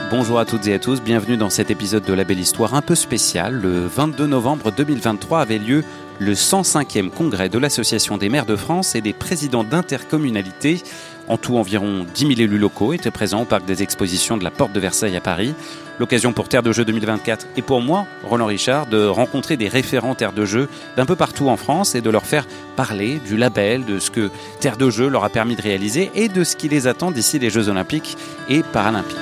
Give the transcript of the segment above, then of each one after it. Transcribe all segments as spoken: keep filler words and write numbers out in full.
Bonjour à toutes et à tous, bienvenue dans cet épisode de La Belle Histoire un peu spécial. Le vingt-deux novembre deux mille vingt-trois avait lieu le cent cinquième congrès de l'Association des maires de France et des présidents d'intercommunalités. En tout, environ dix mille élus locaux étaient présents au parc des expositions de la Porte de Versailles à Paris. L'occasion pour Terre de Jeux deux mille vingt-quatre et pour moi, Roland Richard, de rencontrer des référents Terre de Jeux d'un peu partout en France et de leur faire parler du label, de ce que Terre de Jeux leur a permis de réaliser et de ce qui les attend d'ici les Jeux Olympiques et Paralympiques.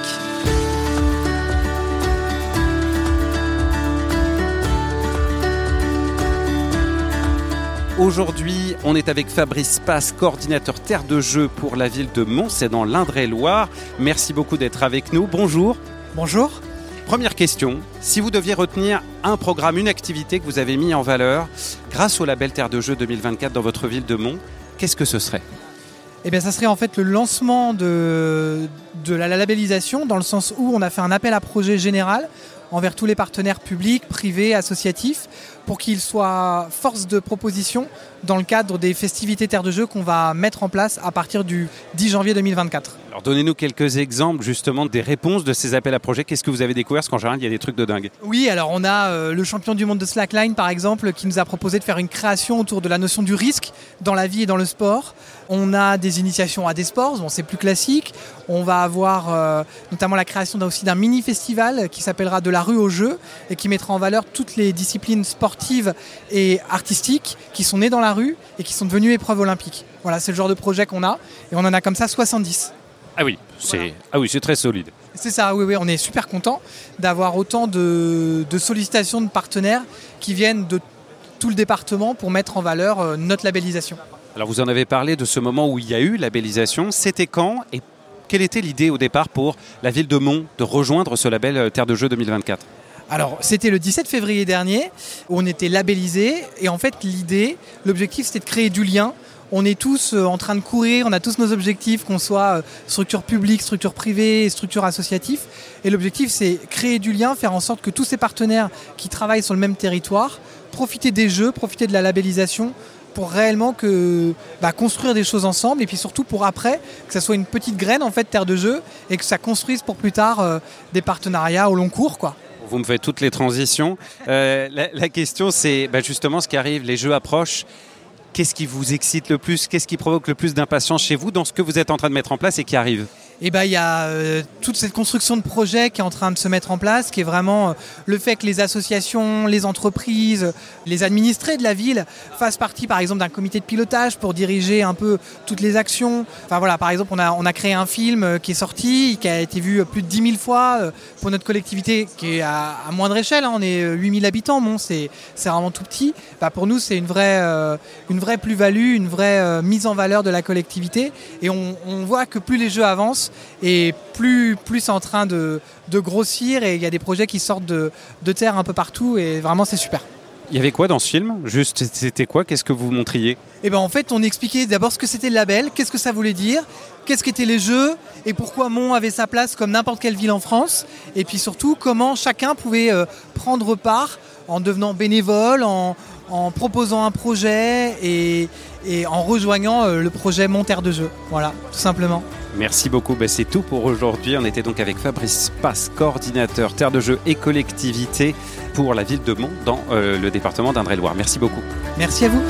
Aujourd'hui, on est avec Fabrice Passe, coordinateur Terre de Jeux pour la ville de Mons, c'est dans l'Indre-et-Loire. Merci beaucoup d'être avec nous. Bonjour. Bonjour. Première question, si vous deviez retenir un programme, une activité que vous avez mis en valeur grâce au label Terre de Jeux deux mille vingt-quatre dans votre ville de Mons, qu'est-ce que ce serait ? Eh bien, ça serait en fait le lancement de, de la labellisation, dans le sens où on a fait un appel à projet général envers tous les partenaires publics, privés, associatifs, pour qu'ils soient force de proposition dans le cadre des festivités Terre de Jeux qu'on va mettre en place à partir du dix janvier deux mille vingt-quatre. Alors donnez-nous quelques exemples justement des réponses de ces appels à projets. Qu'est-ce que vous avez découvert ? Parce qu'en général, il y a des trucs de dingue. Oui, alors on a euh, le champion du monde de slackline par exemple qui nous a proposé de faire une création autour de la notion du risque dans la vie et dans le sport. On a des initiations à des sports, bon, c'est plus classique. On va avoir euh, notamment la création d'un, aussi d'un mini-festival qui s'appellera De la rue au jeu et qui mettra en valeur toutes les disciplines sportives et artistiques qui sont nées dans la rue et qui sont devenues épreuves olympiques. Voilà, c'est le genre de projet qu'on a et on en a comme ça soixante-dix. Ah oui, c'est, voilà. ah oui, c'est très solide. C'est ça, oui, oui, on est super content d'avoir autant de, de sollicitations de partenaires qui viennent de tout le département pour mettre en valeur euh, notre labellisation. Alors vous en avez parlé de ce moment où il y a eu labellisation. C'était quand et quelle était l'idée au départ pour la ville de Mons de rejoindre ce label Terre de Jeux deux mille vingt-quatre ? Alors, c'était le dix-sept février dernier, où on était labellisé. Et en fait, l'idée, l'objectif, c'était de créer du lien. On est tous en train de courir, on a tous nos objectifs, qu'on soit structure publique, structure privée, structure associative. Et l'objectif, c'est créer du lien, faire en sorte que tous ces partenaires qui travaillent sur le même territoire, profiter des jeux, profiter de la labellisation, pour réellement que, bah, construire des choses ensemble et puis surtout pour après que ça soit une petite graine en fait Terre de Jeux et que ça construise pour plus tard euh, des partenariats au long cours, quoi. Vous me faites toutes les transitions. Euh, la, la question c'est bah, justement ce qui arrive, les jeux approchent. Qu'est-ce qui vous excite le plus ? Qu'est-ce qui provoque le plus d'impatience chez vous dans ce que vous êtes en train de mettre en place et qui arrive ? Et ben, il y a euh, toute cette construction de projet qui est en train de se mettre en place, qui est vraiment euh, le fait que les associations, les entreprises, les administrés de la ville fassent partie par exemple d'un comité de pilotage pour diriger un peu toutes les actions. Enfin voilà, par exemple on a, on a créé un film euh, qui est sorti, qui a été vu plus de dix mille fois euh, pour notre collectivité qui est à, à moindre échelle, hein, on est huit mille habitants, bon, c'est, c'est vraiment tout petit. Bah, pour nous c'est une vraie, euh, une vraie plus-value, une vraie euh, mise en valeur de la collectivité et on, on voit que plus les jeux avancent, et plus, plus c'est en train de, de grossir et il y a des projets qui sortent de, de terre un peu partout et vraiment c'est super. Il y avait quoi dans ce film ? Juste, c'était quoi ? Qu'est-ce que vous montriez ? Et ben en fait, on expliquait d'abord ce que c'était le label, qu'est-ce que ça voulait dire, qu'est-ce qu'étaient les jeux et pourquoi Mons avait sa place comme n'importe quelle ville en France et puis surtout comment chacun pouvait euh, prendre part en devenant bénévole, en, en proposant un projet et, et en rejoignant euh, le projet Mons Terre de Jeux. Voilà, tout simplement. Merci beaucoup, ben, c'est tout pour aujourd'hui. On était donc avec Fabrice Passe, coordinateur Terre de Jeux et collectivité pour la ville de Mons dans euh, le département d'Indre-et-Loire. Merci beaucoup. Merci à vous.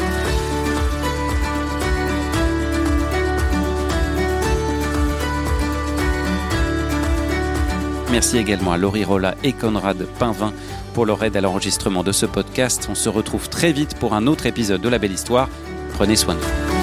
Merci également à Laurie Rolla et Conrad Pinvin pour leur aide à l'enregistrement de ce podcast. On se retrouve très vite pour un autre épisode de La Belle Histoire. Prenez soin de vous.